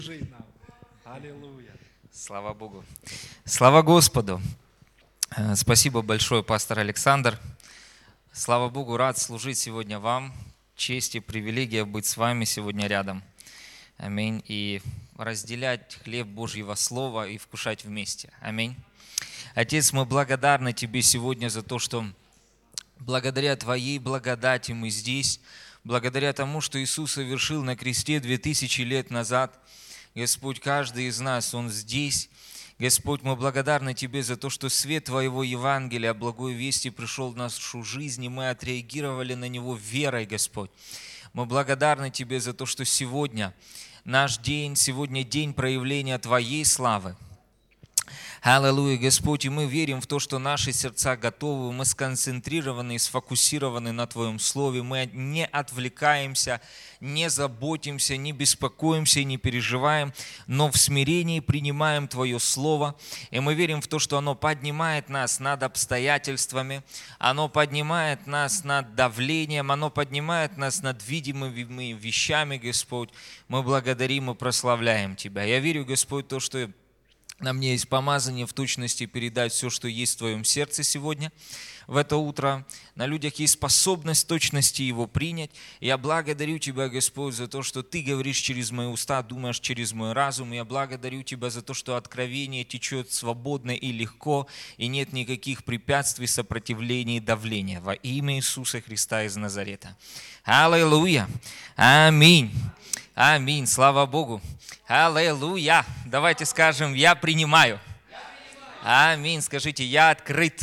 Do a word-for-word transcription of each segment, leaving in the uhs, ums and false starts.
Жить нам. Аллилуйя. Слава Богу. Слава Господу. Э, Спасибо большое, пастор Александр. Слава Богу, рад служить сегодня вам. Честь и привилегия быть с вами сегодня рядом. Аминь. И разделять хлеб Божьего Слова и вкушать вместе. Аминь. Отец, мы благодарны Тебе сегодня за то, что благодаря Твоей благодати мы здесь, благодаря тому, что Иисус совершил на кресте две тысячи лет назад. Господь, каждый из нас, Он здесь. Господь, мы благодарны Тебе за то, что свет Твоего Евангелия, благой вести пришел в нашу жизнь, и мы отреагировали на него верой, Господь. Мы благодарны Тебе за то, что сегодня наш день, сегодня день проявления Твоей славы. Аллилуйя, Господь, и мы верим в то, что наши сердца готовы, мы сконцентрированы и сфокусированы на Твоем Слове, мы не отвлекаемся, не заботимся, не беспокоимся и не переживаем, но в смирении принимаем Твое Слово, и мы верим в то, что оно поднимает нас над обстоятельствами, оно поднимает нас над давлением, оно поднимает нас над видимыми вещами, Господь. Мы благодарим и прославляем Тебя. Я верю, Господь, то, что на мне есть помазание в точности передать все, что есть в Твоем сердце сегодня, в это утро. На людях есть способность в точности его принять. Я благодарю Тебя, Господь, за то, что Ты говоришь через мои уста, думаешь через мой разум. Я благодарю Тебя за то, что откровение течет свободно и легко, и нет никаких препятствий, сопротивления и давления. Во имя Иисуса Христа из Назарета. Аллилуйя! Аминь! Аминь! Слава Богу! Аллилуйя! Давайте скажем, я принимаю. Аминь. Скажите, я открыт.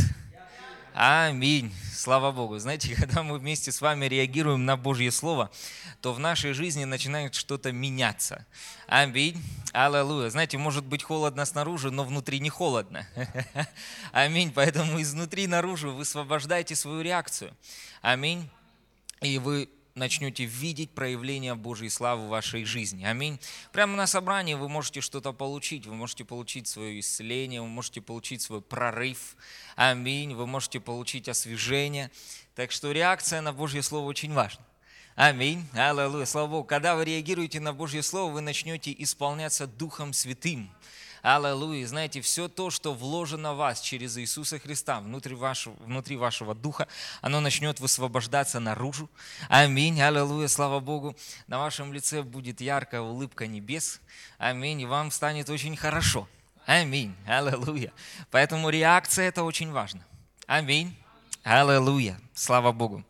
Аминь. Слава Богу. Знаете, когда мы вместе с вами реагируем на Божье Слово, то в нашей жизни начинает что-то меняться. Аминь. Аллилуйя. Знаете, может быть холодно снаружи, но внутри не холодно. Аминь. Поэтому изнутри наружу высвобождайте свою реакцию. Аминь. И вы начнете видеть проявление Божьей славы в вашей жизни. Аминь. Прямо на собрании вы можете что-то получить. Вы можете получить свое исцеление, вы можете получить свой прорыв. Аминь. Вы можете получить освежение. Так что реакция на Божье Слово очень важна. Аминь. Аллилуйя. Слава Богу. Когда вы реагируете на Божье Слово, вы начнете исполняться Духом Святым. Аллилуйя. Знаете, все то, что вложено в вас через Иисуса Христа, внутри вашего, внутри вашего духа, оно начнет высвобождаться наружу. Аминь. Аллилуйя. Слава Богу. На вашем лице будет яркая улыбка небес. Аминь. И вам станет очень хорошо. Аминь. Аллилуйя. Поэтому реакция – это очень важно. Аминь. Аллилуйя. Слава Богу.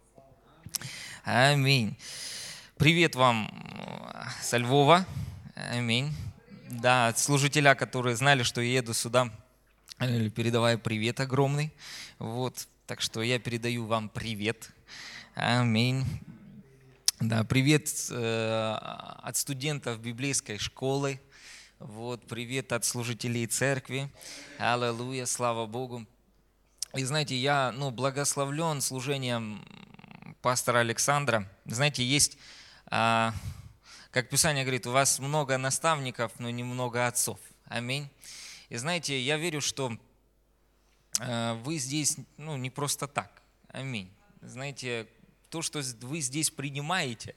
Аминь. Привет вам со Львова. Аминь. Да, от служителя, которые знали, что я еду сюда, передавая привет огромный. Вот, так что я передаю вам привет. Аминь. Да, привет э, от студентов библейской школы. Вот, привет от служителей церкви. Аллилуйя, слава Богу. И знаете, я ну, благословлен служением пастора Александра. Знаете, есть... Э, Как Писание говорит, у вас много наставников, но немного отцов. Аминь. И знаете, я верю, что вы здесь ну, не просто так. Аминь. Знаете, то, что вы здесь принимаете,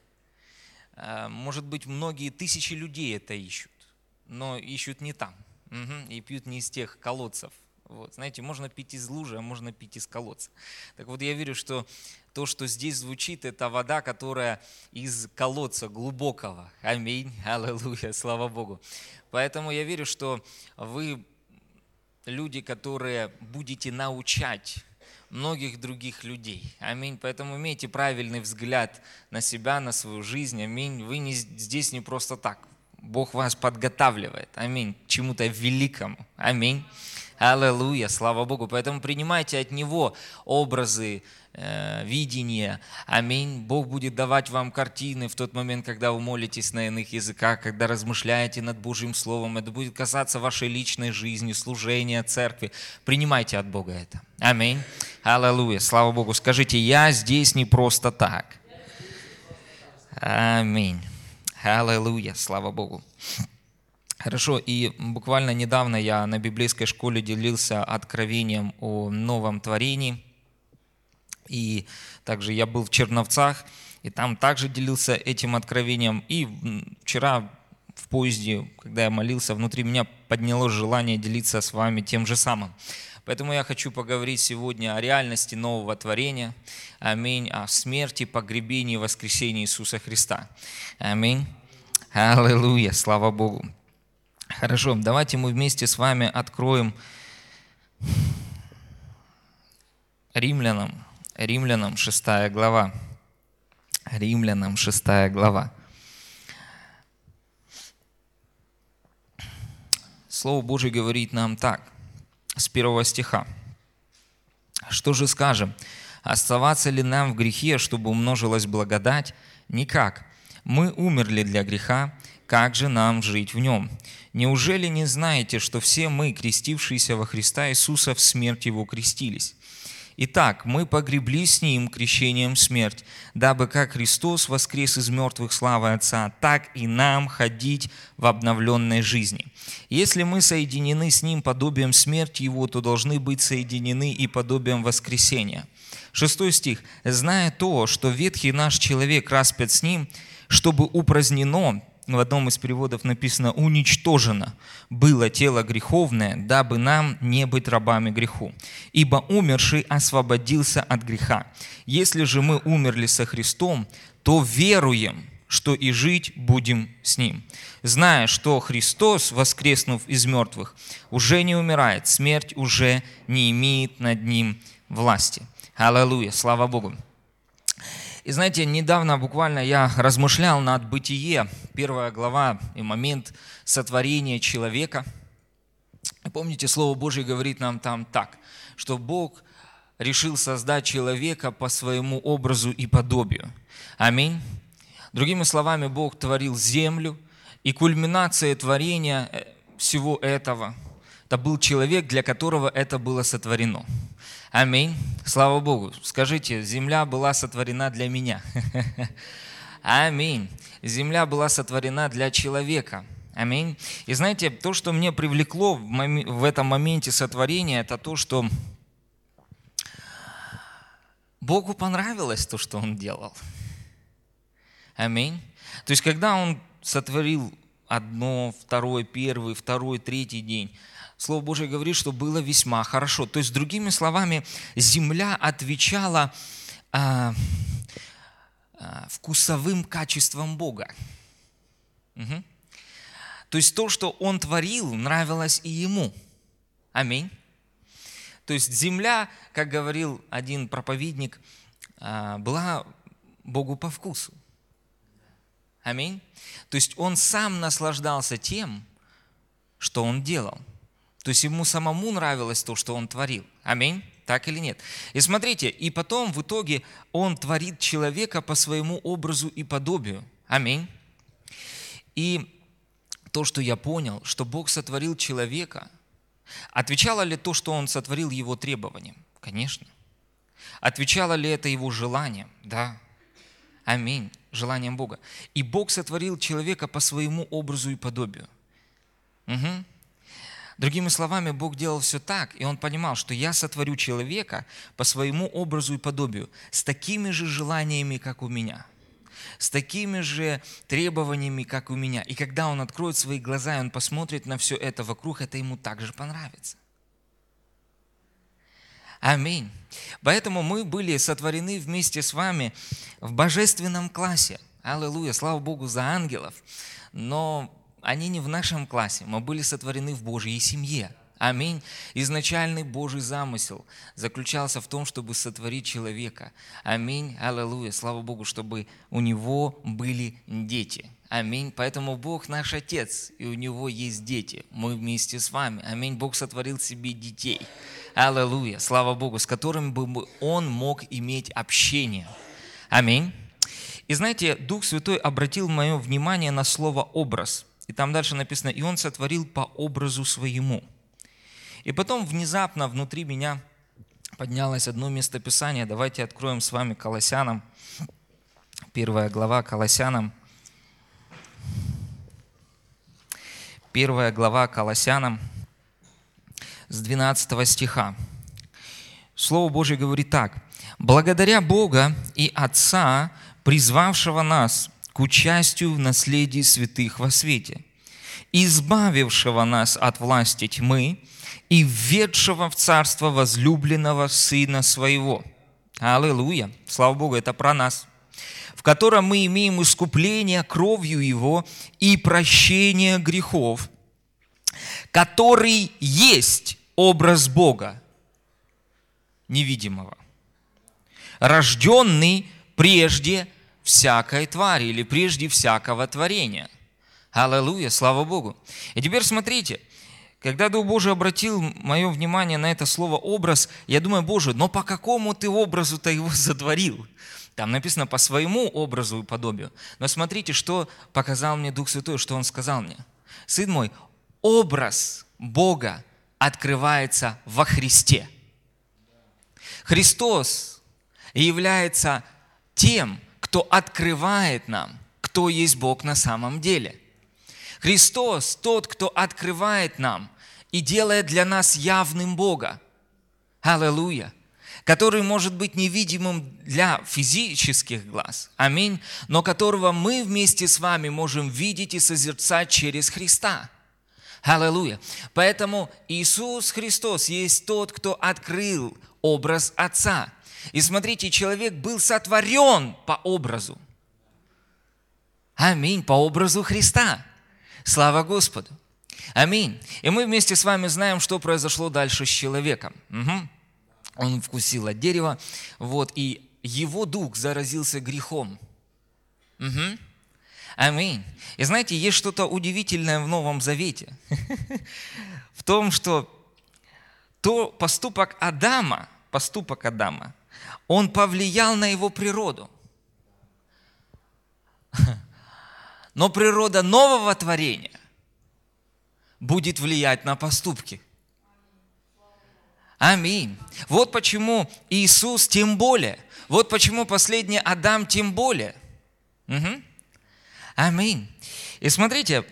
может быть, многие тысячи людей это ищут, но ищут не там. Угу. И пьют не из тех колодцев. Вот. Знаете, можно пить из лужи, а можно пить из колодца. Так вот, я верю, что то, что здесь звучит, это вода, которая из колодца глубокого. Аминь. Аллилуйя. Слава Богу. Поэтому я верю, что вы люди, которые будете научать многих других людей. Аминь. Поэтому имейте правильный взгляд на себя, на свою жизнь. Аминь. Вы не, здесь не просто так. Бог вас подготавливает. Аминь. К чему-то великому. Аминь. Аллилуйя, слава Богу. Поэтому принимайте от Него образы, э, видения. Аминь. Бог будет давать вам картины в тот момент, когда вы молитесь на иных языках, когда размышляете над Божьим Словом. Это будет касаться вашей личной жизни, служения, церкви. Принимайте от Бога это. Аминь. Аллилуйя, слава Богу. Скажите, я здесь не просто так. Аминь. Аллилуйя, слава Богу. Хорошо, и буквально недавно я на библейской школе делился откровением о новом творении. И также я был в Черновцах, и там также делился этим откровением. И вчера в поезде, когда я молился, внутри меня поднялось желание делиться с вами тем же самым. Поэтому я хочу поговорить сегодня о реальности нового творения. Аминь. О смерти, погребении и воскресении Иисуса Христа. Аминь. Аллилуйя. Слава Богу. Хорошо, давайте мы вместе с вами откроем Римлянам. Римлянам шестая глава. Римлянам шестая глава. Слово Божие говорит нам так, с первого стиха. «Что же скажем? Оставаться ли нам в грехе, чтобы умножилась благодать? Никак. Мы умерли для греха, как же нам жить в нем? Неужели не знаете, что все мы, крестившиеся во Христа Иисуса, в смерть Его крестились? Итак, мы погребли с Ним крещением в смерть, дабы как Христос воскрес из мертвых славой Отца, так и нам ходить в обновленной жизни. Если мы соединены с Ним подобием смерти Его, то должны быть соединены и подобием воскресения». Шестой стих. «Зная то, что ветхий наш человек распят с Ним, чтобы упразднено, в одном из переводов написано «уничтожено было тело греховное, дабы нам не быть рабами греху. Ибо умерший освободился от греха. Если же мы умерли со Христом, то веруем, что и жить будем с Ним. Зная, что Христос, воскреснув из мертвых, уже не умирает, смерть уже не имеет над Ним власти». Аллилуйя, слава Богу. И знаете, недавно буквально я размышлял над Бытие, первая глава и момент сотворения человека. И помните, Слово Божие говорит нам там так, что Бог решил создать человека по своему образу и подобию. Аминь. Другими словами, Бог творил землю, и кульминация творения всего этого – это был человек, для которого это было сотворено. Аминь. Слава Богу. Скажите, земля была сотворена для меня. Аминь. Земля была сотворена для человека. Аминь. И знаете, то, что мне привлекло в, мом... в этом моменте сотворения, это то, что Богу понравилось то, что Он делал. Аминь. То есть, когда Он сотворил одно, второй, первый, второй, третий день, Слово Божие говорит, что было весьма хорошо. То есть, другими словами, земля отвечала а, а, вкусовым качествам Бога. Угу. То есть, то, что Он творил, нравилось и Ему. Аминь. То есть, земля, как говорил один проповедник, а, была Богу по вкусу. Аминь. То есть, Он сам наслаждался тем, что Он делал. То есть ему самому нравилось то, что он творил. Аминь. Так или нет? И смотрите, и потом в итоге он творит человека по своему образу и подобию. Аминь. И то, что я понял, что Бог сотворил человека, отвечало ли то, что он сотворил, его требованиям? Конечно. Отвечало ли это его желаниям? Да. Аминь. Желанием Бога. И Бог сотворил человека по своему образу и подобию. Угу. Другими словами, Бог делал все так, и Он понимал, что я сотворю человека по своему образу и подобию, с такими же желаниями, как у меня, с такими же требованиями, как у меня. И когда Он откроет свои глаза, и Он посмотрит на все это вокруг, это Ему также понравится. Аминь. Поэтому мы были сотворены вместе с вами в божественном классе. Аллилуйя, слава Богу за ангелов. Но они не в нашем классе, мы были сотворены в Божьей семье. Аминь. Изначальный Божий замысел заключался в том, чтобы сотворить человека. Аминь. Аллилуйя. Слава Богу, чтобы у него были дети. Аминь. Поэтому Бог наш Отец, и у Него есть дети. Мы вместе с вами. Аминь. Бог сотворил себе детей. Аллилуйя. Слава Богу, с которыми бы Он мог иметь общение. Аминь. И знаете, Дух Святой обратил мое внимание на слово «образ». И там дальше написано, и Он сотворил по образу своему. И потом внезапно внутри меня поднялось одно местописание. Давайте откроем с вами Колоссянам. Первая глава Колоссянам. Первая глава Колоссянам с двенадцатого стиха. Слово Божие говорит так. «Благодаря Бога и Отца, призвавшего нас к участию в наследии святых во свете, избавившего нас от власти тьмы и введшего в царство возлюбленного Сына Своего». Аллилуйя! Слава Богу, это про нас. «В котором мы имеем искупление кровью Его и прощение грехов, который есть образ Бога невидимого, рожденный прежде всякой твари или прежде всякого творения». Аллилуйя, слава Богу. И теперь смотрите, когда Дух Божий обратил мое внимание на это слово «образ», я думаю: Боже, но по какому Ты образу-то его сотворил? Там написано «по своему образу и подобию». Но смотрите, что показал мне Дух Святой, что Он сказал мне. Сын мой, образ Бога открывается во Христе. Христос является тем, кто открывает нам, кто есть Бог на самом деле. Христос тот, кто открывает нам и делает для нас явным Бога. Аллилуйя! Который может быть невидимым для физических глаз. Аминь. Но которого мы вместе с вами можем видеть и созерцать через Христа. Аллилуйя! Поэтому Иисус Христос есть тот, кто открыл образ Отца. И смотрите, человек был сотворен по образу. Аминь. По образу Христа. Слава Господу. Аминь. И мы вместе с вами знаем, что произошло дальше с человеком. Угу. Он вкусил от дерева, вот, и его дух заразился грехом. Угу. Аминь. И знаете, есть что-то удивительное в Новом Завете. В том, что то поступок Адама, поступок Адама, он повлиял на его природу. Но природа нового творения будет влиять на поступки. Аминь. Вот почему Иисус тем более. Вот почему последний Адам тем более. Угу. Аминь. И смотрите,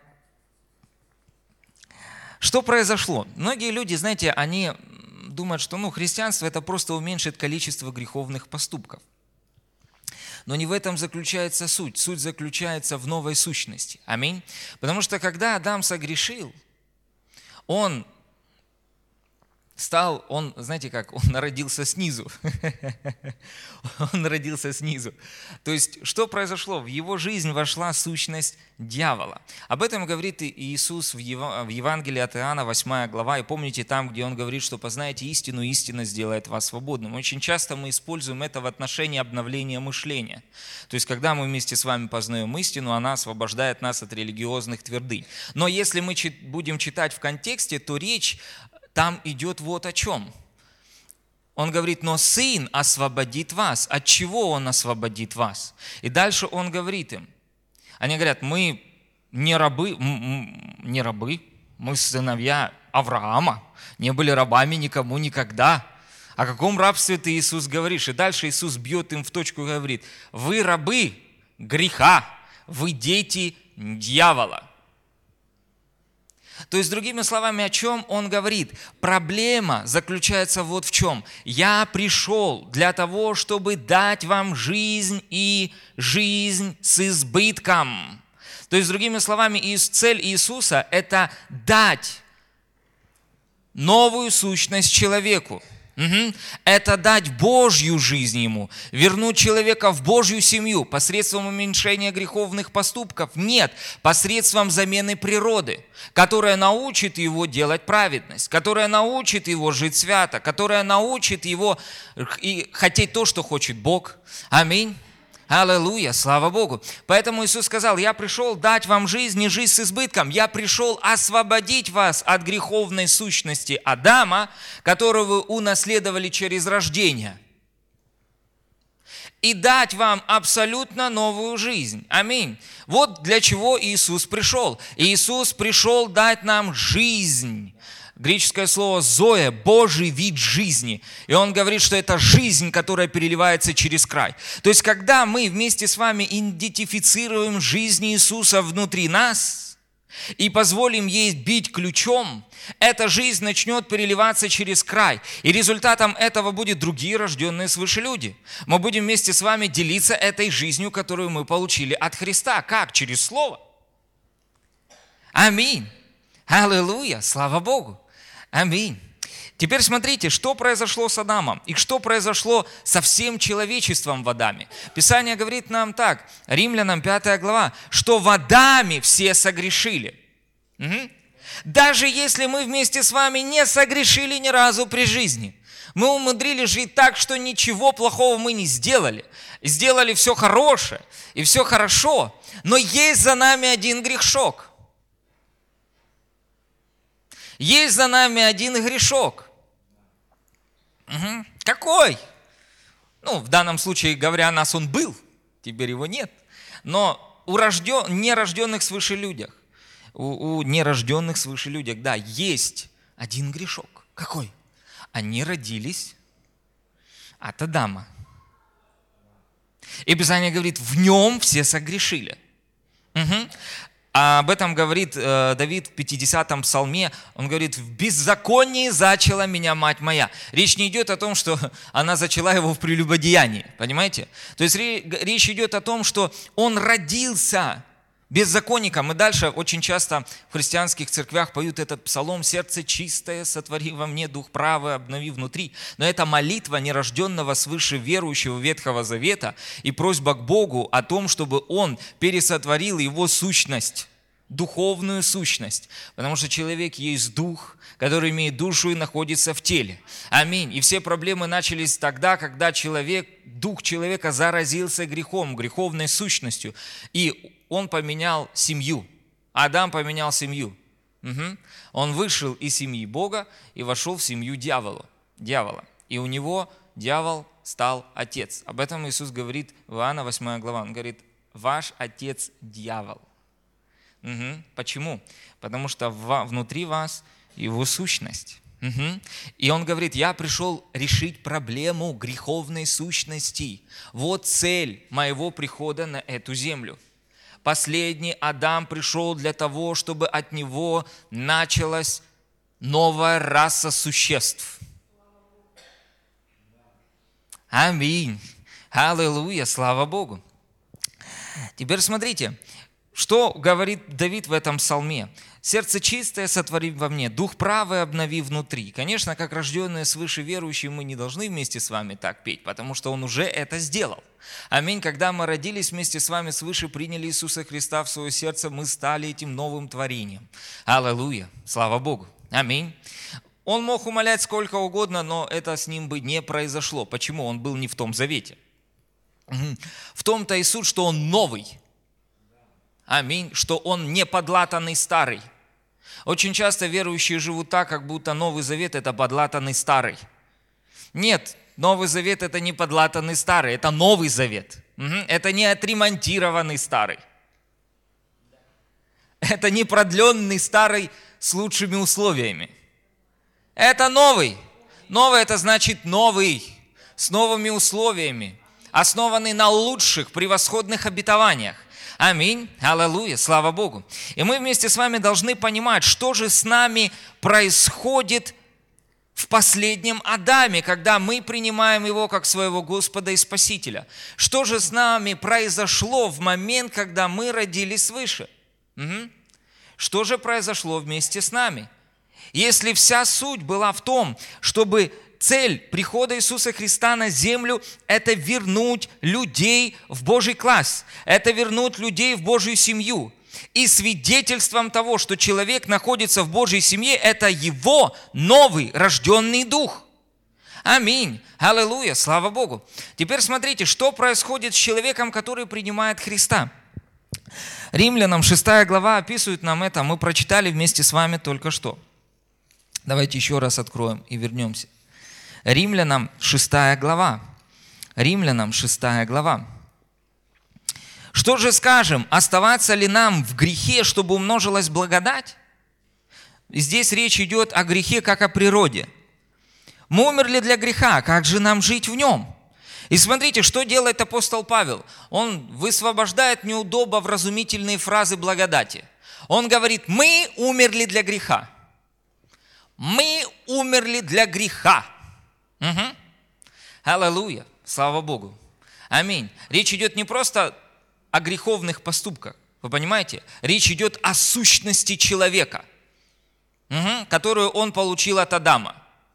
что произошло. Многие люди, знаете, они думают, что ну, христианство это просто уменьшит количество греховных поступков. Но не в этом заключается суть. Суть заключается в новой сущности. Аминь. Потому что когда Адам согрешил, он стал, он, знаете как, он народился снизу. Он родился снизу. То есть, что произошло? В его жизнь вошла сущность дьявола. Об этом говорит и Иисус в Евангелии от Иоанна, восьмая глава. И помните там, где он говорит, что познаете истину, истина сделает вас свободным. Очень часто мы используем это в отношении обновления мышления. То есть, когда мы вместе с вами познаем истину, она освобождает нас от религиозных твердынь. Но если мы будем читать в контексте, то речь там идет вот о чем. Он говорит, но Сын освободит вас. От чего Он освободит вас? И дальше Он говорит им. Они говорят, мы не рабы, не рабы, мы сыновья Авраама, не были рабами никому никогда. О каком рабстве ты, Иисус, говоришь? И дальше Иисус бьет им в точку и говорит, вы рабы греха, вы дети дьявола. То есть, другими словами, о чем он говорит? Проблема заключается вот в чем. Я пришел для того, чтобы дать вам жизнь и жизнь с избытком. То есть, другими словами, цель Иисуса – это дать новую сущность человеку. Угу. Это дать Божью жизнь ему, вернуть человека в Божью семью посредством уменьшения греховных поступков. Нет, посредством замены природы, которая научит его делать праведность, которая научит его жить свято, которая научит его и хотеть то, что хочет Бог. Аминь. Аллилуйя, слава Богу. Поэтому Иисус сказал, я пришел дать вам жизнь и жизнь с избытком. Я пришел освободить вас от греховной сущности Адама, которую вы унаследовали через рождение. И дать вам абсолютно новую жизнь. Аминь. Вот для чего Иисус пришел. Иисус пришел дать нам жизнь. Греческое слово «зоэ» – Божий вид жизни. И он говорит, что это жизнь, которая переливается через край. То есть, когда мы вместе с вами идентифицируем жизнь Иисуса внутри нас, и позволим ей бить ключом, эта жизнь начнет переливаться через край. И результатом этого будут другие рожденные свыше люди. Мы будем вместе с вами делиться этой жизнью, которую мы получили от Христа. Как? Через Слово. Аминь. Аллилуйя. Слава Богу. Аминь. Теперь смотрите, что произошло с Адамом и что произошло со всем человечеством в Адаме. Писание говорит нам так, Римлянам пятая глава, что в Адаме все согрешили. Угу. Даже если мы вместе с вами не согрешили ни разу при жизни, мы умудрились жить так, что ничего плохого мы не сделали. Сделали все хорошее и все хорошо, но есть за нами один грешок. Есть за нами один грешок. Угу. Какой? Ну, в данном случае, говоря о нас, он был, теперь его нет. Но у рожден, нерожденных свыше людях, у, у нерожденных свыше людях, да, есть один грешок. Какой? Они родились от Адама. И Писание говорит, в нем все согрешили. Угу. А об этом говорит э, Давид в пятидесятом псалме. Он говорит, в беззаконии зачала меня мать моя. Речь не идет о том, что она зачала его в прелюбодеянии. Понимаете? То есть речь идет о том, что он родился беззаконником. И дальше очень часто в христианских церквях поют этот псалом «Сердце чистое, сотвори во мне, дух правый, обнови внутри». Но это молитва нерожденного свыше верующего Ветхого Завета и просьба к Богу о том, чтобы Он пересотворил его сущность, духовную сущность. Потому что человек есть дух, который имеет душу и находится в теле. Аминь. И все проблемы начались тогда, когда человек, дух человека заразился грехом, греховной сущностью. И он поменял семью. Адам поменял семью. Угу. Он вышел из семьи Бога и вошел в семью дьявола. дьявола. И у него дьявол стал отец. Об этом Иисус говорит в Иоанна восьмая глава. Он говорит, ваш отец дьявол. Угу. Почему? Потому что внутри вас его сущность. Угу. И он говорит, я пришел решить проблему греховной сущности. Вот цель моего прихода на эту землю. Последний Адам пришел для того, чтобы от него началась новая раса существ. Аминь. Аллилуйя. Слава Богу. Теперь смотрите, что говорит Давид в этом псалме. «Сердце чистое сотвори во мне, дух правый обнови внутри». Конечно, как рожденные свыше верующие, мы не должны вместе с вами так петь, потому что Он уже это сделал. Аминь. Когда мы родились вместе с вами свыше, приняли Иисуса Христа в свое сердце, мы стали этим новым творением. Аллилуйя. Слава Богу. Аминь. Он мог умолять сколько угодно, но это с ним бы не произошло. Почему? Он был не в том завете. В том-то и суть, что он новый. Аминь. Что он не подлатанный старый. Очень часто верующие живут так, как будто Новый Завет – это подлатанный старый. Нет, Новый Завет – это не подлатанный старый, это Новый Завет. Угу. Это не отремонтированный старый. Это не продленный старый с лучшими условиями. Это новый. Новый – это значит новый, с новыми условиями, основанный на лучших, превосходных обетованиях. Аминь. Аллилуйя. Слава Богу. И мы вместе с вами должны понимать, что же с нами происходит в последнем Адаме, когда мы принимаем его как своего Господа и Спасителя. Что же с нами произошло в момент, когда мы родились свыше? Угу. Что же произошло вместе с нами? Если вся суть была в том, чтобы цель прихода Иисуса Христа на землю – это вернуть людей в Божий класс, это вернуть людей в Божью семью. И свидетельством того, что человек находится в Божьей семье, это его новый рожденный дух. Аминь. Аллилуйя. Слава Богу. Теперь смотрите, что происходит с человеком, который принимает Христа. Римлянам шестая глава описывает нам это. Мы прочитали вместе с вами только что. Давайте еще раз откроем и вернемся. Римлянам шестая глава. Римлянам шестая глава. Что же скажем, оставаться ли нам в грехе, чтобы умножилась благодать? Здесь речь идет о грехе, как о природе. Мы умерли для греха, как же нам жить в нем? И смотрите, что делает апостол Павел. Он высвобождает неудобно вразумительные фразы благодати. Он говорит, мы умерли для греха. Мы умерли для греха. Угу. Аллилуйя. Слава Богу. Аминь. Речь идет не просто о греховных поступках. Вы понимаете? Речь идет о сущности человека, угу, которую он получил от Адама.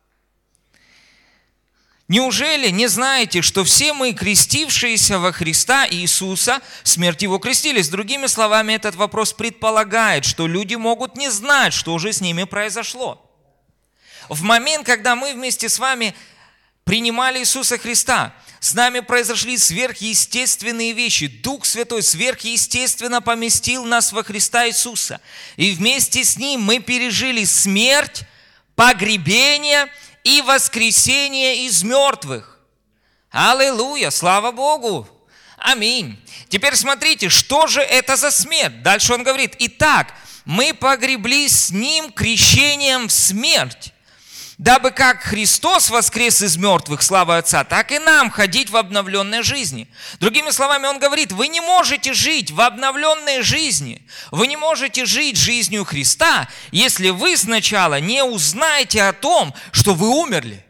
Неужели не знаете, что все мы, крестившиеся во Христа Иисуса, в смерть Его крестились? Другими словами, этот вопрос предполагает, что люди могут не знать, что уже с ними произошло. В момент, когда мы вместе с вами принимали Иисуса Христа, с нами произошли сверхъестественные вещи. Дух Святой сверхъестественно поместил нас во Христа Иисуса. И вместе с Ним мы пережили смерть, погребение и воскресение из мертвых. Аллилуйя! Слава Богу! Аминь! Теперь смотрите, что же это за смерть? Дальше он говорит, итак, мы погреблись с Ним крещением в смерть, дабы как Христос воскрес из мертвых, слава Отца, так и нам ходить в обновленной жизни. Другими словами, он говорит, вы не можете жить в обновленной жизни, вы не можете жить жизнью Христа, если вы сначала не узнаете о том, что вы умерли.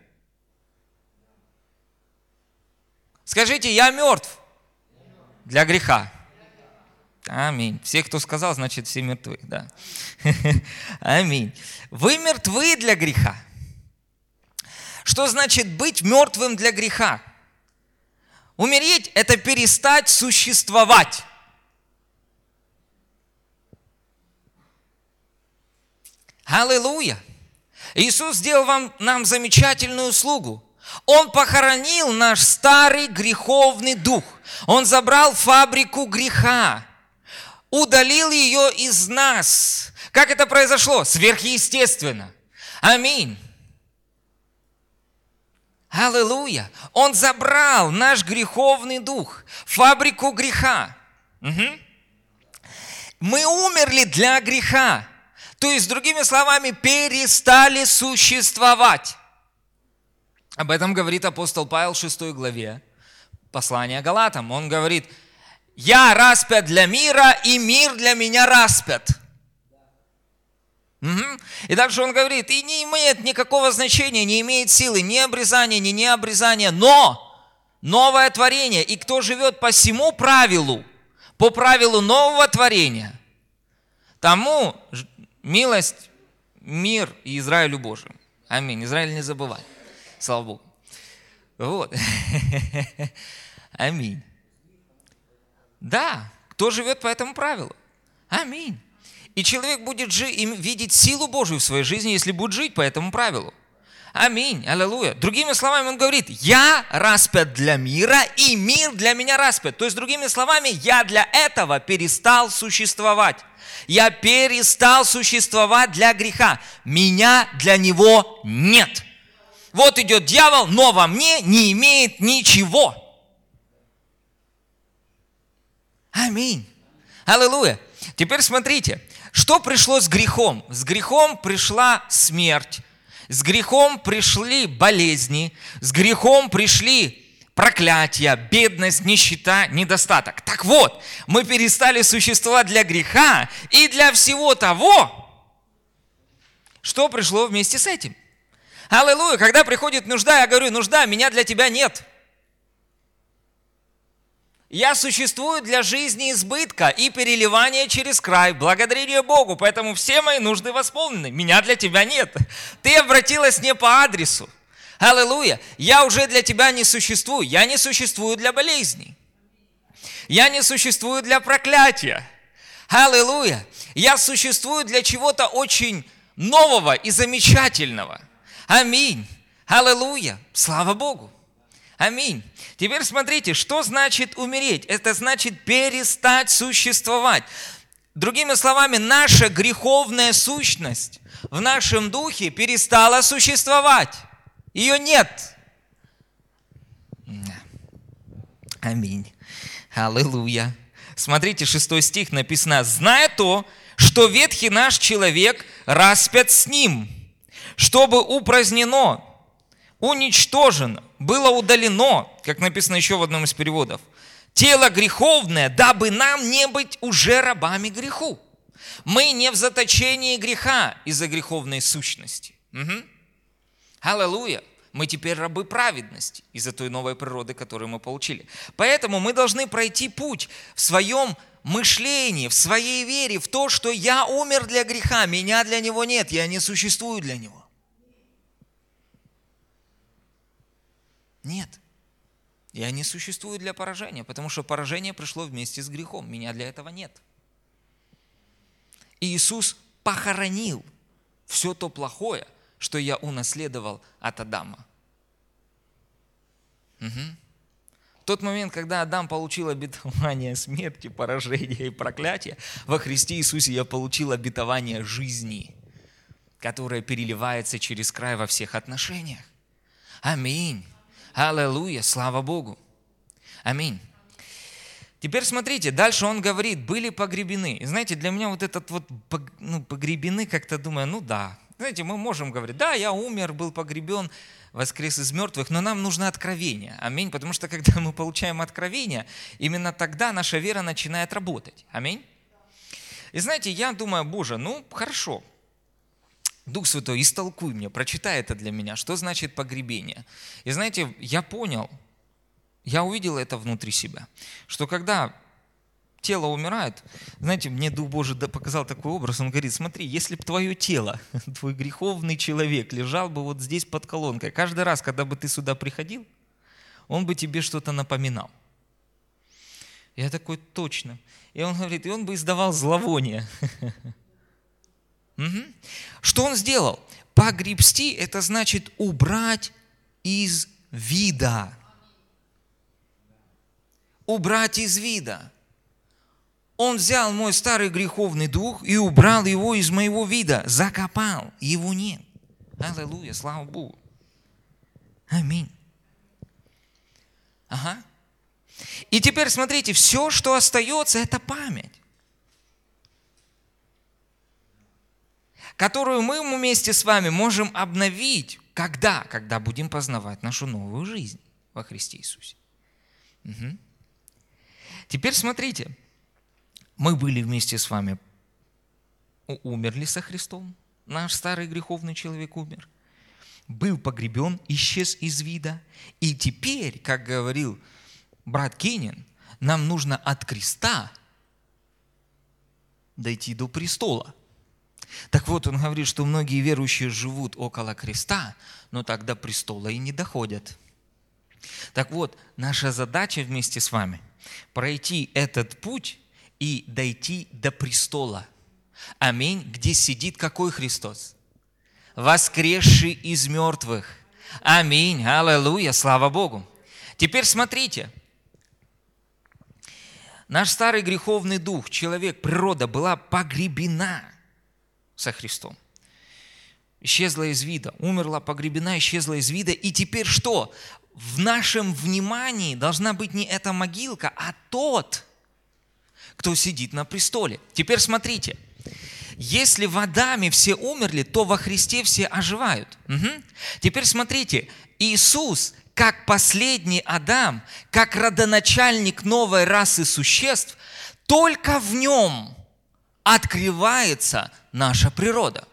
Скажите, я мертв для греха. Аминь. Все, кто сказал, значит, все мертвы. Да. Аминь. Вы мертвы для греха. Что значит быть мертвым для греха? Умереть – это перестать существовать. Аллилуйя! Иисус сделал вам, нам замечательную услугу. Он похоронил наш старый греховный дух. Он забрал фабрику греха, удалил ее из нас. Как это произошло? Сверхъестественно. Аминь. Аллилуйя! Он забрал наш греховный дух, фабрику греха. Угу. Мы умерли для греха. То есть, другими словами, перестали существовать. Об этом говорит апостол Павел в шестой главе послания Галатам. Он говорит, я распят для мира, и мир для меня распят. Угу. И дальше он говорит, и не имеет никакого значения, не имеет силы ни обрезания, ни необрезания, но новое творение. И кто живет по всему правилу, по правилу нового творения, тому милость, мир и Израилю Божию. Аминь. Израиль не забывай. Слава Богу. Вот. Аминь. Да, кто живет по этому правилу. Аминь. И человек будет жить, видеть силу Божию в своей жизни, если будет жить по этому правилу. Аминь. Аллилуйя. Другими словами, он говорит, я распят для мира, и мир для меня распят. То есть, другими словами, я для этого перестал существовать. Я перестал существовать для греха. Меня для него нет. Вот идет дьявол, но во мне не имеет ничего. Аминь. Аллилуйя. Теперь смотрите, что пришло с грехом? С грехом пришла смерть, с грехом пришли болезни, с грехом пришли проклятия, бедность, нищета, недостаток. Так вот, мы перестали существовать для греха и для всего того, что пришло вместе с этим. Аллилуйя! Когда приходит нужда, я говорю, нужда, меня для тебя нет. Я существую для жизни избытка и переливания через край. Благодарение Богу, поэтому все мои нужды восполнены. Меня для тебя нет. Ты обратилась не по адресу. Аллилуйя! Я уже для тебя не существую. Я не существую для болезней. Я не существую для проклятия. Аллилуйя! Я существую для чего-то очень нового и замечательного. Аминь. Аллилуйя. Слава Богу. Аминь. Теперь смотрите, что значит умереть? Это значит перестать существовать. Другими словами, наша греховная сущность в нашем духе перестала существовать. Ее нет. Аминь. Аллилуйя. Смотрите, шестой стих написано: «Зная то, что ветхий наш человек распят с ним, чтобы упразднено, уничтожено, было удалено», как написано еще в одном из переводов, «тело греховное, дабы нам не быть уже рабами греху». Мы не в заточении греха из-за греховной сущности. Угу. Аллилуйя. Мы теперь рабы праведности из-за той новой природы, которую мы получили. Поэтому мы должны пройти путь в своем мышлении, в своей вере, в то, что я умер для греха, меня для него нет, я не существую для него. Нет. Я не существую для поражения, потому что поражение пришло вместе с грехом. Меня для этого нет. И Иисус похоронил все то плохое, что я унаследовал от Адама. Угу. В тот момент, когда Адам получил обетование смерти, поражения и проклятия, во Христе Иисусе я получил обетование жизни, которое переливается через край во всех отношениях. Аминь. Аллилуйя, слава Богу. Аминь. Теперь смотрите, дальше он говорит, были погребены. И знаете, для меня вот этот вот ну, погребены, как-то думаю, ну да. Знаете, мы можем говорить, да, я умер, был погребен, воскрес из мертвых, но нам нужно откровение. Аминь. Потому что когда мы получаем откровение, именно тогда наша вера начинает работать. Аминь. И знаете, я думаю, Боже, ну хорошо. Дух Святой, истолкуй мне, прочитай это для меня, что значит погребение. И знаете, я понял, я увидел это внутри себя, что когда тело умирает, знаете, мне Дух Божий показал такой образ, он говорит, смотри, если бы твое тело, твой греховный человек лежал бы вот здесь под колонкой, каждый раз, когда бы ты сюда приходил, он бы тебе что-то напоминал. Я такой, точно. И он говорит, и он бы издавал зловоние. Угу. Что он сделал? Погребсти – это значит убрать из вида. Убрать из вида. Он взял мой старый греховный дух и убрал его из моего вида. Закопал. Его нет. Аллилуйя, слава Богу. Аминь. Ага. И теперь смотрите, все, что остается, это память, которую мы вместе с вами можем обновить. Когда? Когда будем познавать нашу новую жизнь во Христе Иисусе. Угу. Теперь смотрите. Мы были вместе с вами, умерли со Христом. Наш старый греховный человек умер. Был погребен, исчез из вида. И теперь, как говорил брат Кенин, нам нужно от креста дойти до престола. Так вот, он говорит, что многие верующие живут около креста, но так до престола и не доходят. Так вот, наша задача вместе с вами пройти этот путь и дойти до престола. Аминь. Где сидит какой Христос? Воскресший из мертвых. Аминь. Аллилуйя. Слава Богу. Теперь смотрите. Наш старый греховный дух, человек, природа была погребена со Христом. Исчезла из вида. Умерла, погребена, исчезла из вида. И теперь что? В нашем внимании должна быть не эта могилка, а тот, кто сидит на престоле. Теперь смотрите. Если в Адаме все умерли, то во Христе все оживают. Угу. Теперь смотрите. Иисус, как последний Адам, как родоначальник новой расы существ, только в нем открывается наша природа.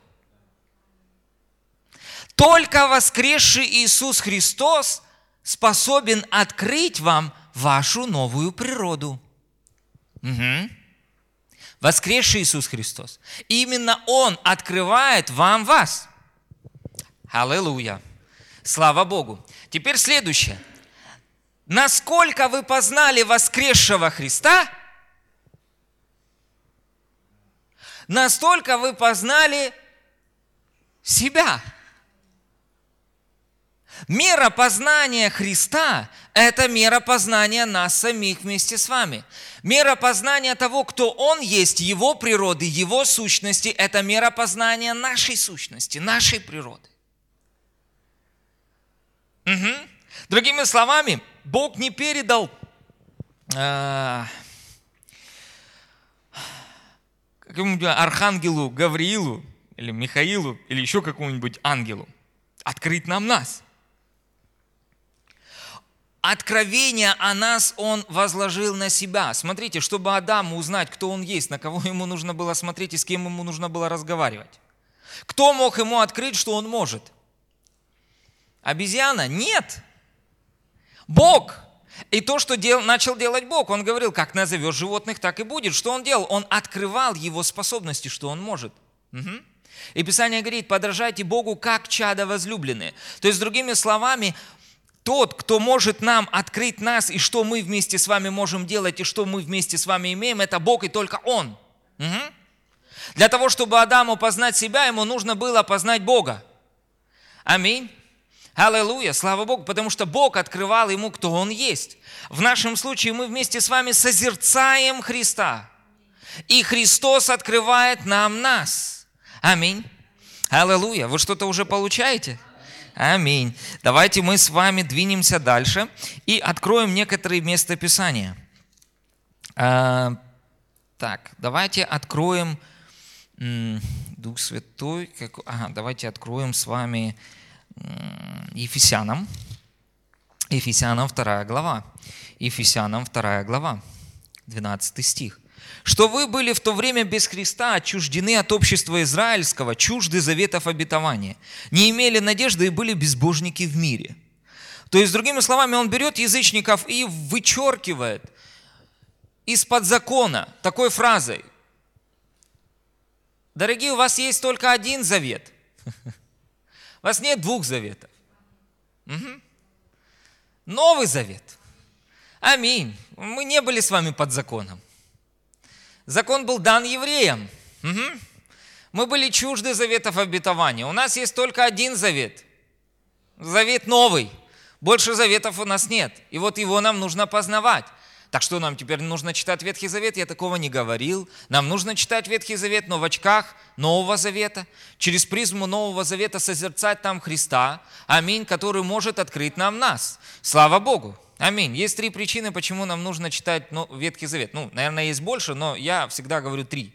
Только воскресший Иисус Христос способен открыть вам вашу новую природу. Угу. Воскресший Иисус Христос. Именно Он открывает вам вас. Аллилуйя. Слава Богу. Теперь следующее. Насколько вы познали воскресшего Христа, настолько вы познали себя. Мера познания Христа – это мера познания нас самих вместе с вами. Мера познания того, кто Он есть, Его природы, Его сущности – это мера познания нашей сущности, нашей природы. Угу. Другими словами, Бог не передал э, какому-нибудь архангелу Гавриилу или Михаилу или еще какому-нибудь ангелу открыть нам нас. откровение о нас Он возложил на себя. Смотрите, чтобы Адаму узнать, кто он есть, на кого ему нужно было смотреть и с кем ему нужно было разговаривать. Кто мог ему открыть, что он может? Обезьяна? Нет. Бог. И то, что дел, начал делать Бог, Он говорил, как назовешь животных, так и будет. Что Он делал? Он открывал его способности, что Он может. Угу. И Писание говорит, подражайте Богу, как чада возлюбленные. То есть, другими словами, тот, кто может нам открыть нас, и что мы вместе с вами можем делать, и что мы вместе с вами имеем, это Бог и только Он. Угу. Для того, чтобы Адаму познать себя, ему нужно было познать Бога. Аминь. Аллилуйя, слава Богу, потому что Бог открывал ему, кто Он есть. В нашем случае мы вместе с вами созерцаем Христа. И Христос открывает нам нас. Аминь. Аллилуйя. Вы что-то уже получаете? Аминь. Давайте мы с вами двинемся дальше и откроем некоторые местописания. А, так, давайте откроем м, Дух Святой. Как, ага, давайте откроем с вами м, Ефесянам. Ефесянам вторая глава. Ефесянам вторая глава, двенадцатый стих. «Что вы были в то время без Христа, отчуждены от общества израильского, чужды заветов обетования, не имели надежды и были безбожники в мире». То есть, другими словами, он берет язычников и вычеркивает из-под закона такой фразой: «Дорогие, у вас есть только один завет, у вас нет двух заветов. Угу. Новый завет. Аминь. Мы не были с вами под законом. Закон был дан евреям. Угу. Мы были чужды заветов обетования. У нас есть только один завет. Завет новый. Больше заветов у нас нет. И вот его нам нужно познавать. Так что нам теперь нужно читать Ветхий Завет? Я такого не говорил. Нам нужно читать Ветхий Завет, но в очках Нового Завета. Через призму Нового Завета созерцать там Христа. Аминь, который может открыть нам нас. Слава Богу. Аминь. Есть три причины, почему нам нужно читать ну, Ветхий Завет. Ну, наверное, есть больше, но я всегда говорю три.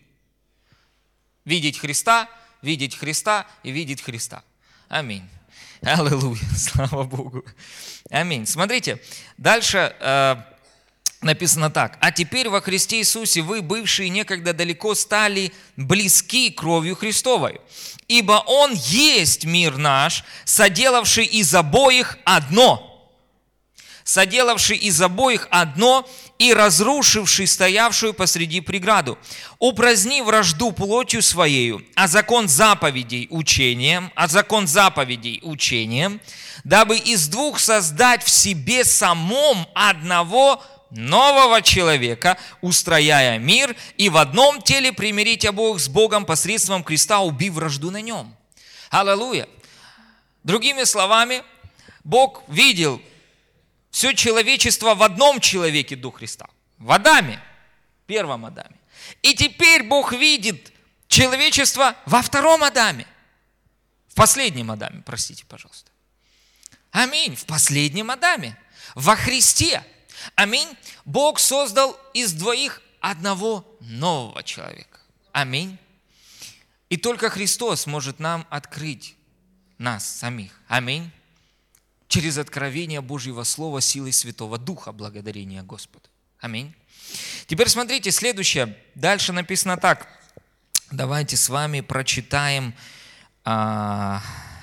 Видеть Христа, видеть Христа и видеть Христа. Аминь. Аллилуйя. Слава Богу. Аминь. Смотрите, дальше э, написано так. «А теперь во Христе Иисусе вы, бывшие некогда далеко, стали близки кровью Христовой. Ибо Он есть мир наш, соделавший из обоих одно». соделавший из обоих одно и разрушивший стоявшую посреди преграду, упраздни вражду плотью своею, а закон заповедей учением, а закон заповедей учением, дабы из двух создать в себе самом одного нового человека, устрояя мир, и в одном теле примирить обоих с Богом посредством креста, убив вражду на нем». Аллилуйя! Другими словами, Бог видел все человечество в одном человеке до Христа, в Адаме, первом Адаме. И теперь Бог видит человечество во втором Адаме, в последнем Адаме, простите, пожалуйста. Аминь, в последнем Адаме, во Христе. Аминь. Бог создал из двоих одного нового человека. Аминь. И только Христос может нам открыть нас самих. Аминь. Через откровение Божьего Слова силой Святого Духа, благодарение Господу. Аминь. Теперь смотрите, следующее. Дальше написано так. Давайте с вами прочитаем а,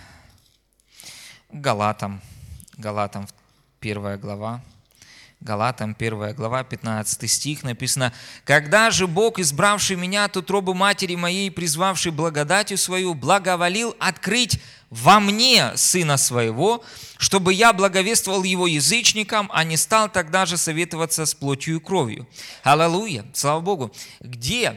Галатам. Галатам первая глава. Галатам первая глава, пятнадцатый стих написано: «Когда же Бог, избравший меня от утробы матери моей, призвавший благодатью свою, благоволил открыть во мне Сына Своего, чтобы я благовествовал Его язычникам, а не стал тогда же советоваться с плотью и кровью». Аллилуйя! Слава Богу! Где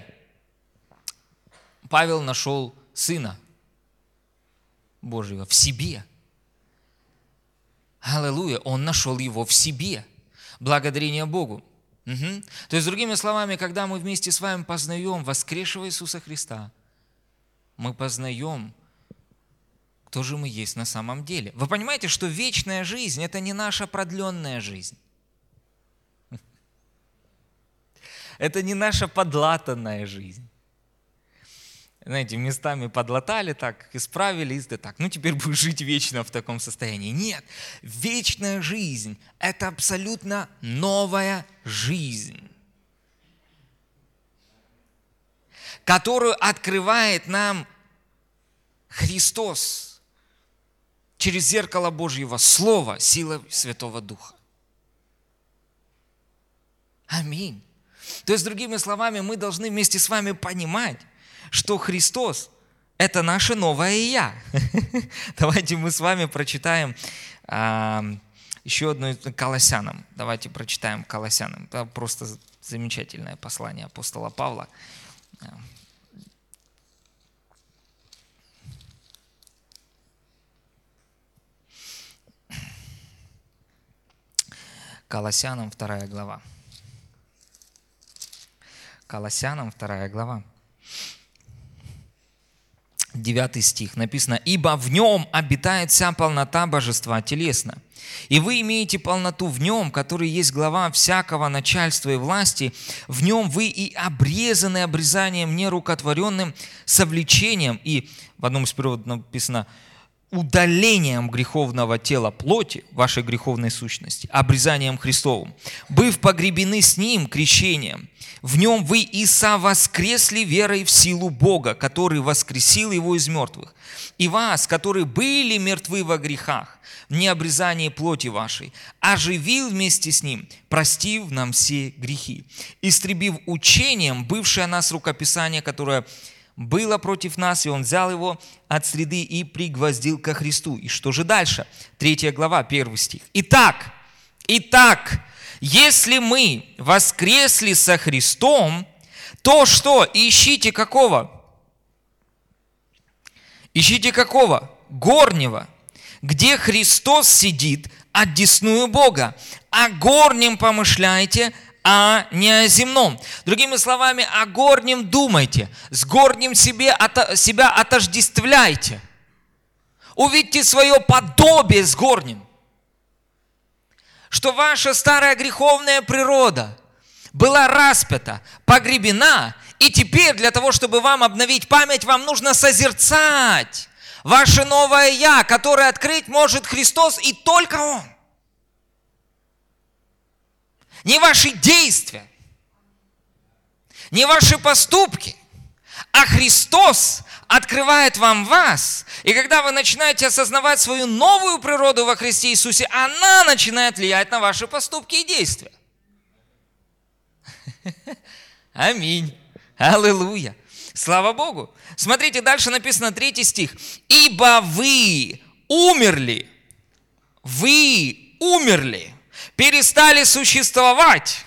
Павел нашел Сына Божьего? В себе. Аллилуйя! Он нашел Его в себе. Благодарение Богу. Угу. То есть, другими словами, когда мы вместе с вами познаем воскресшего Иисуса Христа, мы познаем, кто же мы есть на самом деле. Вы понимаете, что вечная жизнь – это не наша продленная жизнь. Это не наша подлатанная жизнь. знаете, местами подлатали так, исправили, и так, ну теперь будешь жить вечно в таком состоянии. Нет, вечная жизнь – это абсолютно новая жизнь, которую открывает нам Христос через зеркало Божьего Слова, сила Святого Духа. Аминь. То есть, другими словами, мы должны вместе с вами понимать, что Христос – это наше новое «Я». Давайте мы с вами прочитаем а, еще одно Колоссянам. Давайте прочитаем Колоссянам. Это просто замечательное послание апостола Павла. Колоссянам вторая глава. Колоссянам вторая глава. девятый стих написано: «Ибо в нем обитает вся полнота божества телесно, и вы имеете полноту в нем, который есть глава всякого начальства и власти. В нем вы и обрезаны обрезанием нерукотворенным, совлечением». И в одном из переводов написано удалением греховного тела плоти, вашей греховной сущности, обрезанием Христовым, быв погребены с Ним крещением. В Нем вы и совоскресли верой в силу Бога, который воскресил Его из мертвых. И вас, которые были мертвы во грехах, в необрезании плоти вашей, оживил вместе с Ним, простив нам все грехи, истребив учением бывшее нас рукописание, которое было против нас, и Он взял его от среды и пригвоздил ко Христу. И что же дальше? Третья глава, первый стих. Итак, итак, если мы воскресли со Христом, то что? Ищите какого? Ищите какого? Горнего, где Христос сидит одесную Бога. О горнем помышляйте, а не о земном. Другими словами, о горнем думайте, с горнем себе, ото, себя отождествляйте. Увидьте свое подобие с горнем. Что ваша старая греховная природа была распята, погребена, и теперь для того, чтобы вам обновить память, вам нужно созерцать ваше новое «Я», которое открыть может Христос и только Он. Не ваши действия, не ваши поступки, а Христос открывает вам вас. И когда вы начинаете осознавать свою новую природу во Христе Иисусе, она начинает влиять на ваши поступки и действия. Аминь. Аллилуйя. Слава Богу. Смотрите, дальше написано третий стих. «Ибо вы умерли». Вы умерли. Перестали существовать,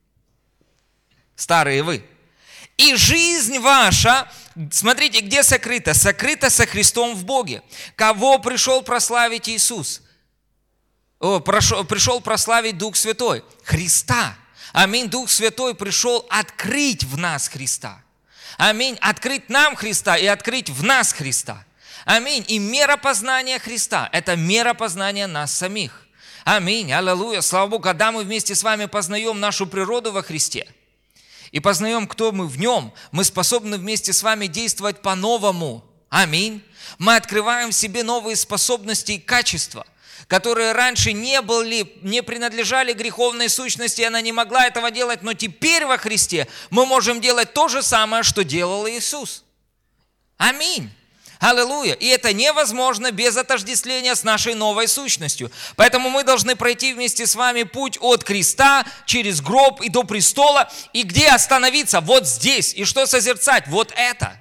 старые вы. И жизнь ваша, смотрите, где сокрыта? Сокрыта со Христом в Боге. Кого пришел прославить Иисус? О, прошел, пришел прославить Дух Святой. Христа. Аминь. Дух Святой пришел открыть в нас Христа. Аминь. Открыть нам Христа и открыть в нас Христа. Аминь. И мера познания Христа – это мера познания нас самих. Аминь, аллилуйя, слава Богу, когда мы вместе с вами познаем нашу природу во Христе и познаем, кто мы в Нем, мы способны вместе с вами действовать по-новому. Аминь. Мы открываем в себе новые способности и качества, которые раньше не были, не принадлежали греховной сущности, и она не могла этого делать, но теперь во Христе мы можем делать то же самое, что делал Иисус. Аминь. Аллилуйя! И это невозможно без отождествления с нашей новой сущностью. Поэтому мы должны пройти вместе с вами путь от креста, через гроб и до престола. И где остановиться? Вот здесь. И что созерцать? Вот это.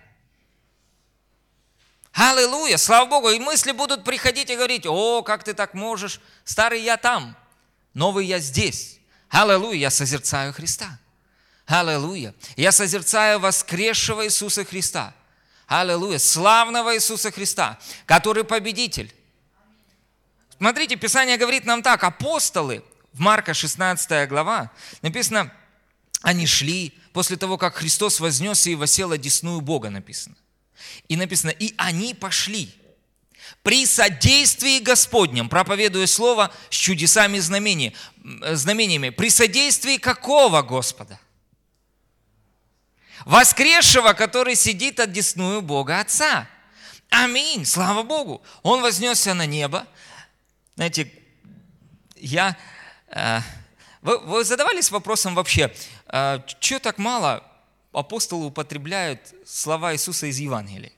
Аллилуйя! Слава Богу! И мысли будут приходить и говорить: о, как ты так можешь? Старый я там, новый я здесь. Аллилуйя! Я созерцаю Христа. Аллилуйя! Я созерцаю воскресшего Иисуса Христа. Аллилуйя! Славного Иисуса Христа, который победитель. Смотрите, Писание говорит нам так. Апостолы, в Марка шестнадцатая глава, написано, они шли после того, как Христос вознесся и воссел одесную Бога, написано. И написано, и они пошли при содействии Господнем, проповедуя слово с чудесами и знамениями. При содействии какого Господа? воскресшего, который сидит одесную Бога Отца. Аминь, слава Богу. Он вознесся на небо. Знаете, я... Э, вы, вы задавались вопросом вообще, э, что так мало апостолы употребляют слова Иисуса из Евангелия?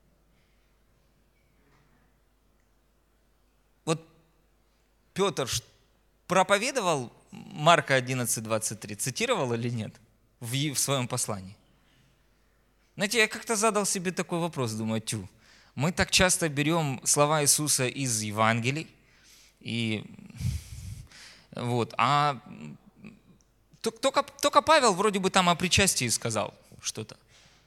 Вот Петр проповедовал Марка одиннадцать двадцать три, цитировал или нет в, в своем послании? Знаете, я как-то задал себе такой вопрос, думаю, тю, мы так часто берем слова Иисуса из Евангелий, и вот, а только, только Павел вроде бы там о причастии сказал что-то.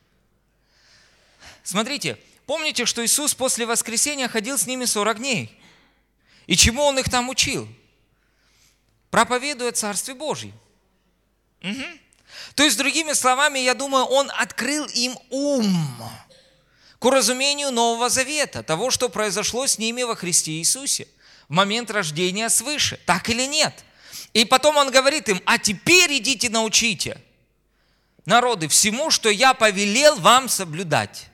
Смотрите, помните, что Иисус после воскресения ходил с ними сорок дней? И чему Он их там учил? Проповедуя Царствие Божье. Угу. То есть, другими словами, я думаю, Он открыл им ум к уразумению Нового Завета, того, что произошло с ними во Христе Иисусе в момент рождения свыше. Так или нет? И потом Он говорит им, а теперь идите научите народы всему, что я повелел вам соблюдать.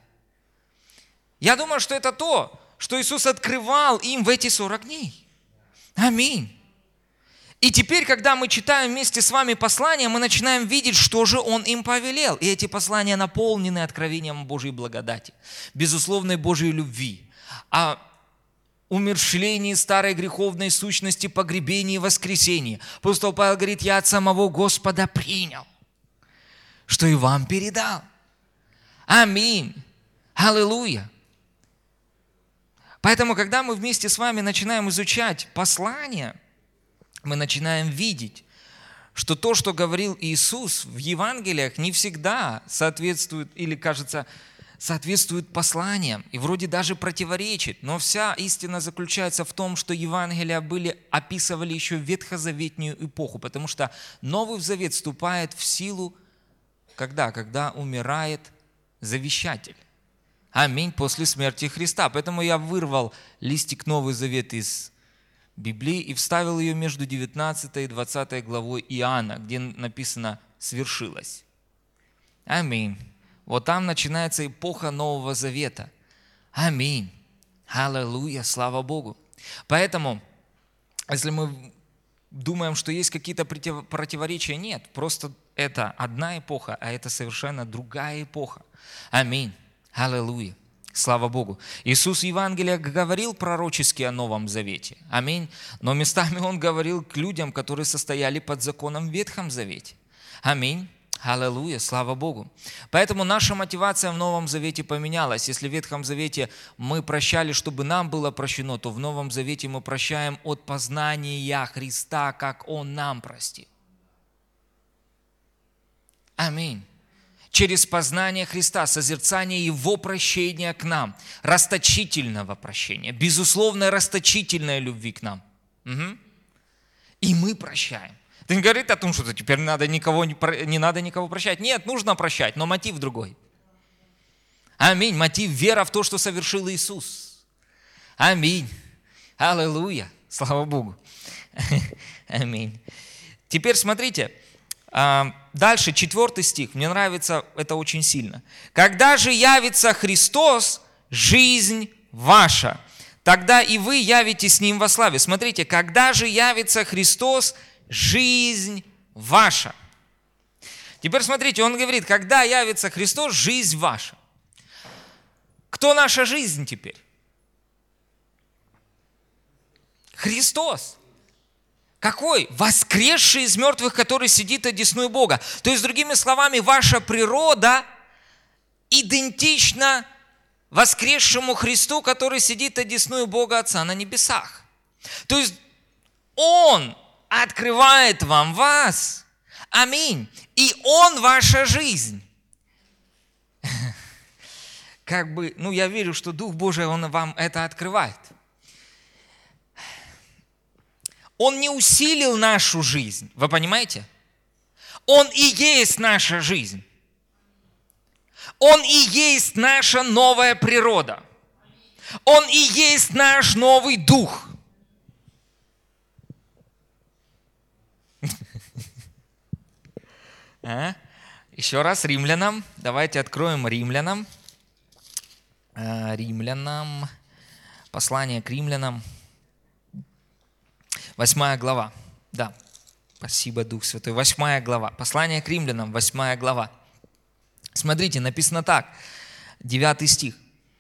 Я думаю, что это то, что Иисус открывал им в эти сорок дней. Аминь. И теперь, когда мы читаем вместе с вами послания, мы начинаем видеть, что же Он им повелел. И эти послания наполнены откровением Божьей благодати, безусловной Божьей любви, о умерщвлении старой греховной сущности, погребении и воскресении. Апостол Павел говорит, я от самого Господа принял, что и вам передал. Аминь. Аллилуйя. Поэтому, когда мы вместе с вами начинаем изучать послания, мы начинаем видеть, что то, что говорил Иисус в Евангелиях, не всегда соответствует или, кажется, соответствует посланиям и вроде даже противоречит. Но вся истина заключается в том, что Евангелия были, описывали еще ветхозаветную эпоху, потому что Новый Завет вступает в силу когда? Когда умирает завещатель. Аминь, после смерти Христа. Поэтому я вырвал листик Новый Завет из Библии и вставил ее между девятнадцатой и двадцатой главой Иоанна, где написано «свершилось». Аминь. Вот там начинается эпоха Нового Завета. Аминь. Аллилуйя, слава Богу. Поэтому, если мы думаем, что есть какие-то противоречия, нет. Просто это одна эпоха, а это совершенно другая эпоха. Аминь. Аллилуйя. Слава Богу. Иисус в Евангелиях говорил пророчески о Новом Завете. Аминь. Но местами Он говорил к людям, которые состояли под законом в Ветхом Завете. Аминь. Аллилуйя. Слава Богу. Поэтому наша мотивация в Новом Завете поменялась. Если в Ветхом Завете мы прощали, чтобы нам было прощено, то в Новом Завете мы прощаем от познания Христа, как Он нам простил. Аминь. Через познание Христа, созерцание Его прощения к нам, расточительного прощения, безусловной расточительной любви к нам. Угу. И мы прощаем. Это не говорит о том, что теперь надо никого, не, не надо никого прощать. Нет, нужно прощать, но мотив другой. Аминь. Мотив вера в то, что совершил Иисус. Аминь. Аллилуйя. Слава Богу. Аминь. Теперь смотрите. Дальше, четвертый стих. Мне нравится это очень сильно. «Когда же явится Христос, жизнь ваша, тогда и вы явитесь с Ним во славе». Смотрите, когда же явится Христос, жизнь ваша. Теперь смотрите, он говорит, когда явится Христос, жизнь ваша. Кто наша жизнь теперь? Христос. Какой? Воскресший из мертвых, который сидит одесную Бога. То есть, другими словами, ваша природа идентична воскресшему Христу, который сидит одесную Бога Отца на небесах. То есть, Он открывает вам вас. Аминь. И Он ваша жизнь. Как бы, ну, я верю, что Дух Божий, Он вам это открывает. Он не усилил нашу жизнь. Вы понимаете? Он и есть наша жизнь. Он и есть наша новая природа. Он и есть наш новый дух. А? Еще раз Римлянам. Давайте откроем Римлянам. Э, Римлянам. Послание к Римлянам. Восьмая глава. Да. Спасибо, Дух Святой. Восьмая глава. Послание к Римлянам. Восьмая глава. Смотрите, написано так. Девятый стих.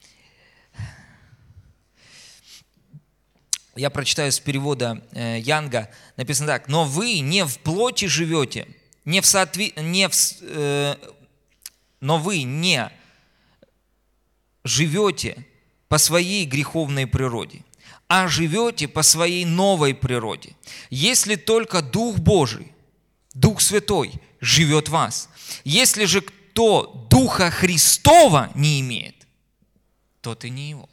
Я прочитаю с перевода э, Янга. Написано так. «Но вы не в плоти живете, не в соотве... не в... Э... но вы не живете по своей греховной природе, а живете по своей новой природе. Если только Дух Божий, Дух Святой живет в вас. Если же кто Духа Христова не имеет, тот и не его».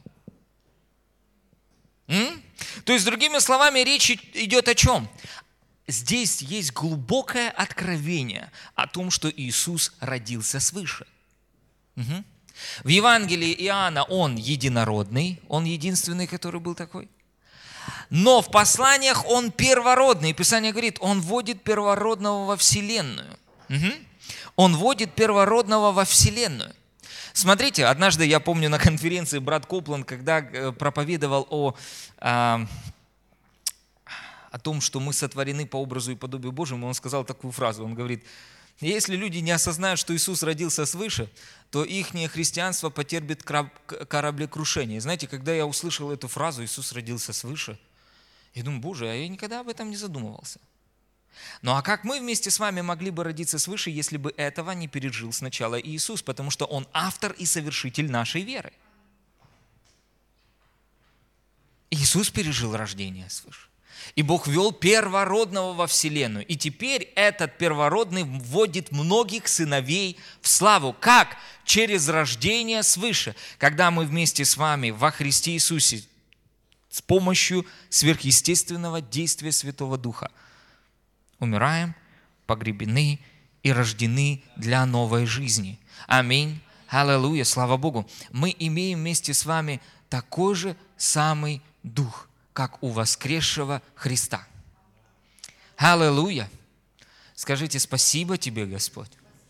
М? То есть, другими словами, речь идет о чем? Здесь есть глубокое откровение о том, что Иисус родился свыше. Угу. В Евангелии Иоанна Он единородный, Он единственный, который был такой. Но в посланиях Он первородный. Писание говорит, Он вводит первородного во вселенную. Угу. Он вводит первородного во вселенную. Смотрите, однажды, я помню, на конференции брат Копланд, когда проповедовал о, о, о том, что мы сотворены по образу и подобию Божьему, он сказал такую фразу, он говорит, если люди не осознают, что Иисус родился свыше, то их христианство потерпит кораблекрушение. Знаете, когда я услышал эту фразу «Иисус родился свыше», я думаю, Боже, а я никогда об этом не задумывался. Ну а как мы вместе с вами могли бы родиться свыше, если бы этого не пережил сначала Иисус, потому что Он автор и совершитель нашей веры. Иисус пережил рождение свыше. И Бог ввел первородного во вселенную. И теперь этот первородный вводит многих сыновей в славу. Как? Через рождение свыше. Когда мы вместе с вами во Христе Иисусе с помощью сверхъестественного действия Святого Духа умираем, погребены и рождены для новой жизни. Аминь. Аллилуйя. Слава Богу. Мы имеем вместе с вами такой же самый Дух, как у воскресшего Христа. Аллилуйя. Скажите спасибо тебе, Господь,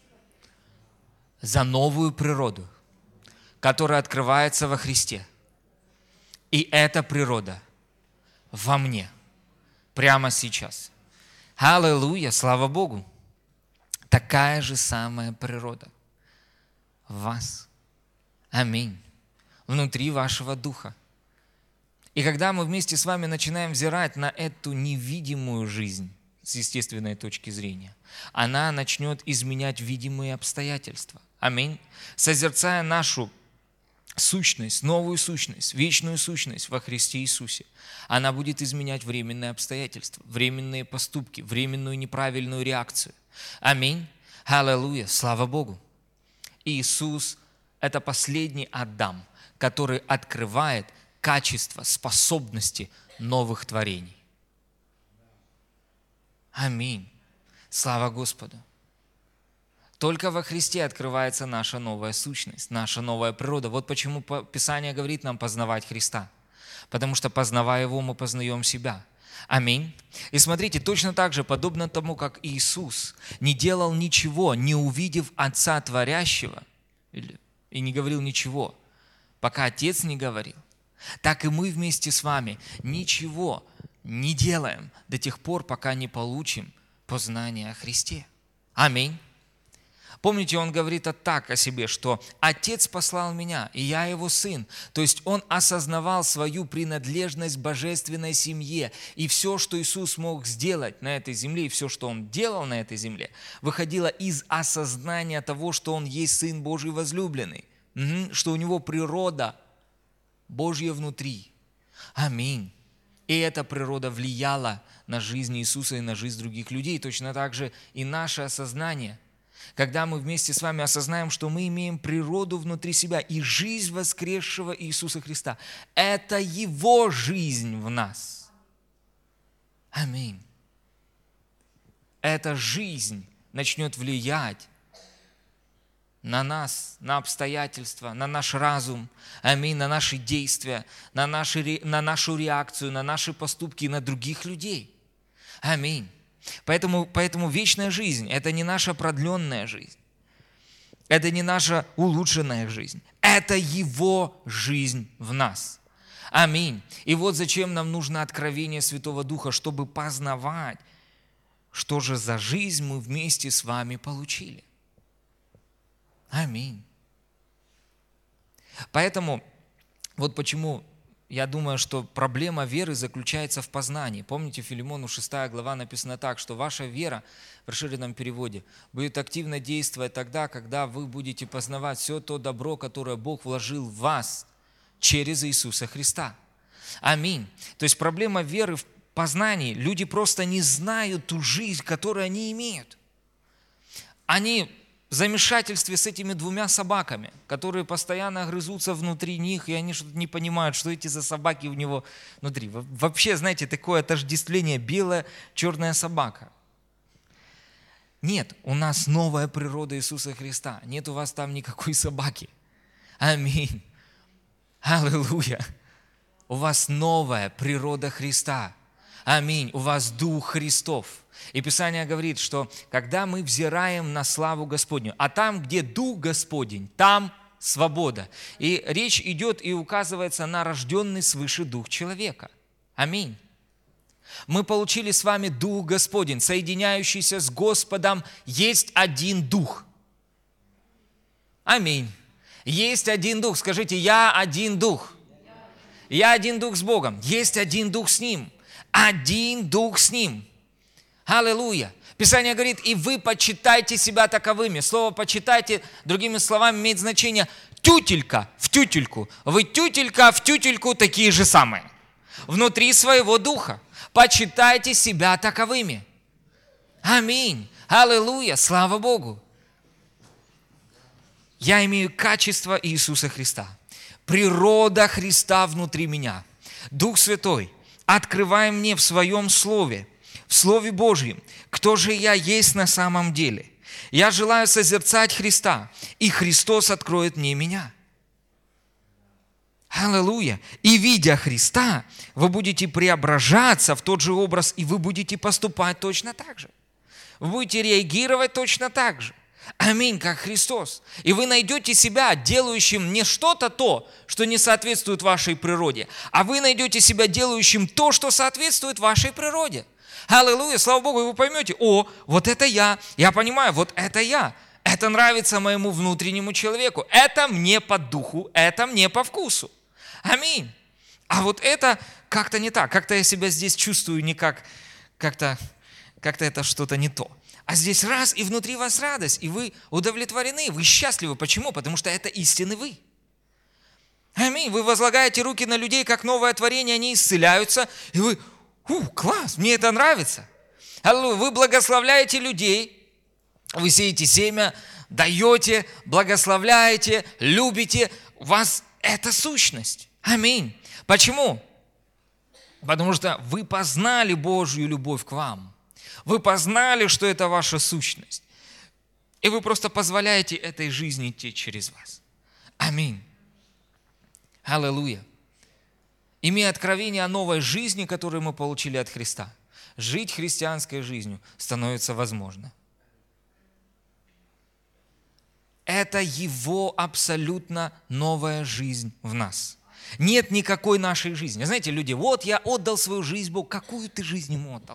за новую природу, которая открывается во Христе. И эта природа во мне прямо сейчас. Аллилуйя, слава Богу. Такая же самая природа в вас. Аминь. Внутри вашего духа. И когда мы вместе с вами начинаем взирать на эту невидимую жизнь с естественной точки зрения, она начнет изменять видимые обстоятельства. Аминь. Созерцая нашу сущность, новую сущность, вечную сущность во Христе Иисусе, она будет изменять временные обстоятельства, временные поступки, временную неправильную реакцию. Аминь. Аллилуйя. Слава Богу. Иисус – это последний Адам, который открывает качество, способности новых творений. Аминь. Слава Господу. Только во Христе открывается наша новая сущность, наша новая природа. Вот почему Писание говорит нам познавать Христа. Потому что, познавая Его, мы познаем себя. Аминь. И смотрите, точно так же, подобно тому, как Иисус не делал ничего, не увидев Отца Творящего, и не говорил ничего, пока Отец не говорил, так и мы вместе с вами ничего не делаем до тех пор, пока не получим познание о Христе. Аминь. Помните, он говорит так о себе, что «Отец послал меня, и я его сын». То есть он осознавал свою принадлежность к божественной семье. И все, что Иисус мог сделать на этой земле, и все, что он делал на этой земле, выходило из осознания того, что он есть Сын Божий возлюбленный, что у него природа Божья внутри. Аминь. И эта природа влияла на жизнь Иисуса и на жизнь других людей. Точно так же и наше осознание. Когда мы вместе с вами осознаем, что мы имеем природу внутри себя и жизнь воскресшего Иисуса Христа. Это Его жизнь в нас. Аминь. Эта жизнь начнет влиять на нас, на обстоятельства, на наш разум, аминь, на наши действия, на, наши, на нашу реакцию, на наши поступки и на других людей. Аминь. Поэтому, поэтому вечная жизнь – это не наша продленная жизнь. Это не наша улучшенная жизнь. Это Его жизнь в нас. Аминь. И вот зачем нам нужно откровение Святого Духа, чтобы познавать, что же за жизнь мы вместе с вами получили. Аминь. Поэтому, вот почему я думаю, что проблема веры заключается в познании. Помните, Филимону шестая глава написано так, что ваша вера, в расширенном переводе, будет активно действовать тогда, когда вы будете познавать все то добро, которое Бог вложил в вас через Иисуса Христа. Аминь. То есть проблема веры в познании. Люди просто не знают ту жизнь, которую они имеют. Они в замешательстве с этими двумя собаками, которые постоянно грызутся внутри них, и они что-то не понимают, что эти за собаки у него внутри. Вообще, знаете, такое отождествление белая, черная собака. Нет, у нас новая природа Иисуса Христа. Нет у вас там никакой собаки. Аминь. Аллилуйя. У вас новая природа Христа. Аминь. У вас Дух Христов. И Писание говорит, что когда мы взираем на славу Господню, а там, где Дух Господень, там свобода. И речь идет и указывается на рожденный свыше Дух человека. Аминь. Мы получили с вами Дух Господень, соединяющийся с Господом. Есть один Дух. Аминь. Есть один Дух. Скажите, я один Дух. Я один Дух с Богом. Есть один Дух с Ним. Один Дух с Ним. Аллилуйя. Писание говорит, и вы почитайте себя таковыми. Слово «почитайте», другими словами, имеет значение тютелька в тютельку. Вы тютелька в тютельку такие же самые. Внутри своего духа. Почитайте себя таковыми. Аминь. Аллилуйя. Слава Богу. Я имею качество Иисуса Христа. Природа Христа внутри меня. Дух Святой, открывай мне в Своем Слове, в Слове Божьем, кто же я есть на самом деле. Я желаю созерцать Христа, и Христос откроет мне меня. Аллилуйя. И видя Христа, вы будете преображаться в тот же образ, и вы будете поступать точно так же. Вы будете реагировать точно так же. Аминь, как Христос. И вы найдете себя делающим не что-то то, что не соответствует вашей природе, а вы найдете себя делающим то, что соответствует вашей природе. Аллилуйя, слава Богу, и вы поймете, о, вот это я, я понимаю, вот это я. Это нравится моему внутреннему человеку, это мне по духу, это мне по вкусу. Аминь. А вот это как-то не так, как-то я себя здесь чувствую не как, как-то, как-то это что-то не то. А здесь раз, и внутри вас радость, и вы удовлетворены, вы счастливы. Почему? Потому что это истинный вы. Аминь. Вы возлагаете руки на людей, как новое творение, они исцеляются, и вы, у, класс, мне это нравится. Аллилуйя. Вы благословляете людей, вы сеете семя, даете, благословляете, любите. У вас это сущность. Аминь. Почему? Потому что вы познали Божью любовь к вам. Вы познали, что это ваша сущность. И вы просто позволяете этой жизни идти через вас. Аминь. Аллилуйя. Имея откровение о новой жизни, которую мы получили от Христа, жить христианской жизнью становится возможно. Это Его абсолютно новая жизнь в нас. Нет никакой нашей жизни. Знаете, люди, вот я отдал свою жизнь Богу. Какую ты жизнь Ему отдал?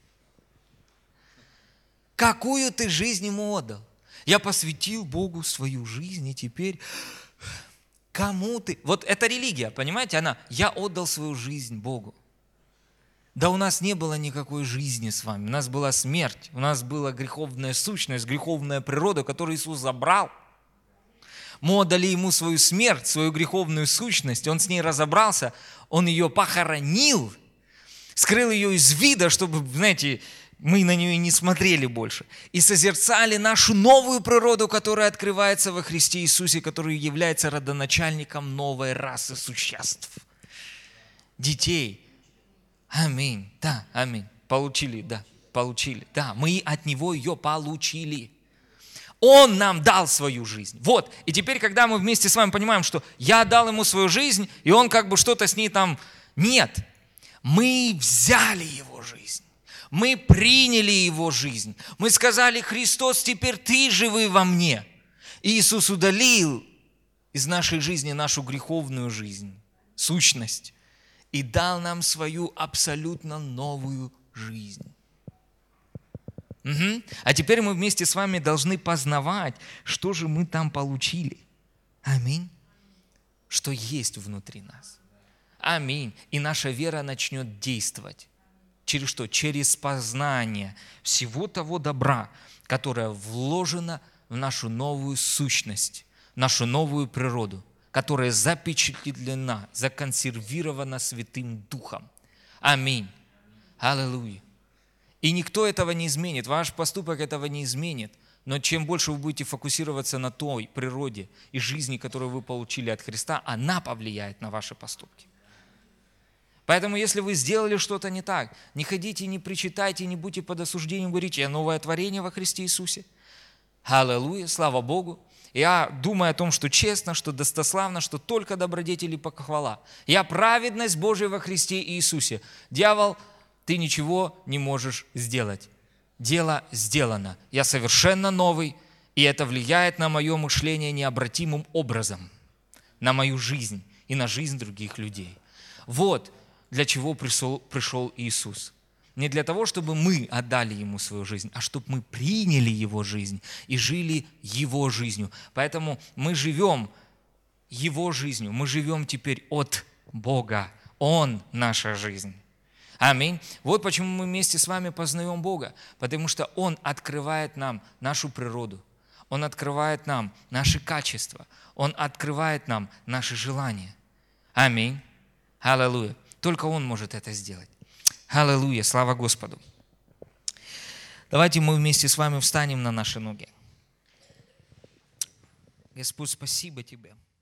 Какую ты жизнь Ему отдал? Я посвятил Богу свою жизнь, и теперь кому ты... Вот это религия, понимаете? Она, я отдал свою жизнь Богу. Да у нас не было никакой жизни с вами. У нас была смерть, у нас была греховная сущность, греховная природа, которую Иисус забрал. Мы отдали Ему свою смерть, свою греховную сущность, Он с ней разобрался, Он ее похоронил, скрыл ее из вида, чтобы, знаете, мы на нее и не смотрели больше. И созерцали нашу новую природу, которая открывается во Христе Иисусе, который является родоначальником новой расы существ. Детей. Аминь. Да, аминь. Получили, да, получили. Да, мы от Него ее получили. Он нам дал свою жизнь. Вот. И теперь, когда мы вместе с вами понимаем, что я дал Ему свою жизнь, и Он как бы что-то с ней там... Нет. Мы взяли Его жизнь. Мы приняли Его жизнь. Мы сказали, Христос, теперь Ты живы во мне. Иисус удалил из нашей жизни нашу греховную жизнь, сущность, и дал нам свою абсолютно новую жизнь. Угу. А теперь мы вместе с вами должны познавать, что же мы там получили. Аминь. Что есть внутри нас. Аминь. И наша вера начнет действовать. Через что? Через познание всего того добра, которое вложено в нашу новую сущность, нашу новую природу, которая запечатлена, законсервирована Святым Духом. Аминь. Аллилуйя. И никто этого не изменит, ваш поступок этого не изменит. Но чем больше вы будете фокусироваться на той природе и жизни, которую вы получили от Христа, она повлияет на ваши поступки. Поэтому, если вы сделали что-то не так, не ходите, не причитайте, не будьте под осуждением, говорите: я новое творение во Христе Иисусе. Аллилуйя, слава Богу. Я думаю о том, что честно, что достославно, что только добродетели и похвала. Я праведность Божия во Христе Иисусе. Дьявол, ты ничего не можешь сделать. Дело сделано. Я совершенно новый, и это влияет на мое мышление необратимым образом, на мою жизнь и на жизнь других людей. Вот для чего пришел, пришел Иисус. Не для того, чтобы мы отдали Ему свою жизнь, а чтобы мы приняли Его жизнь и жили Его жизнью. Поэтому мы живем Его жизнью, мы живем теперь от Бога. Он наша жизнь. Аминь. Вот почему мы вместе с вами познаем Бога, потому что Он открывает нам нашу природу, Он открывает нам наши качества, Он открывает нам наши желания. Аминь. Аллилуйя. Только Он может это сделать. Аллилуйя. Слава Господу. Давайте мы вместе с вами встанем на наши ноги. Господь, спасибо Тебе.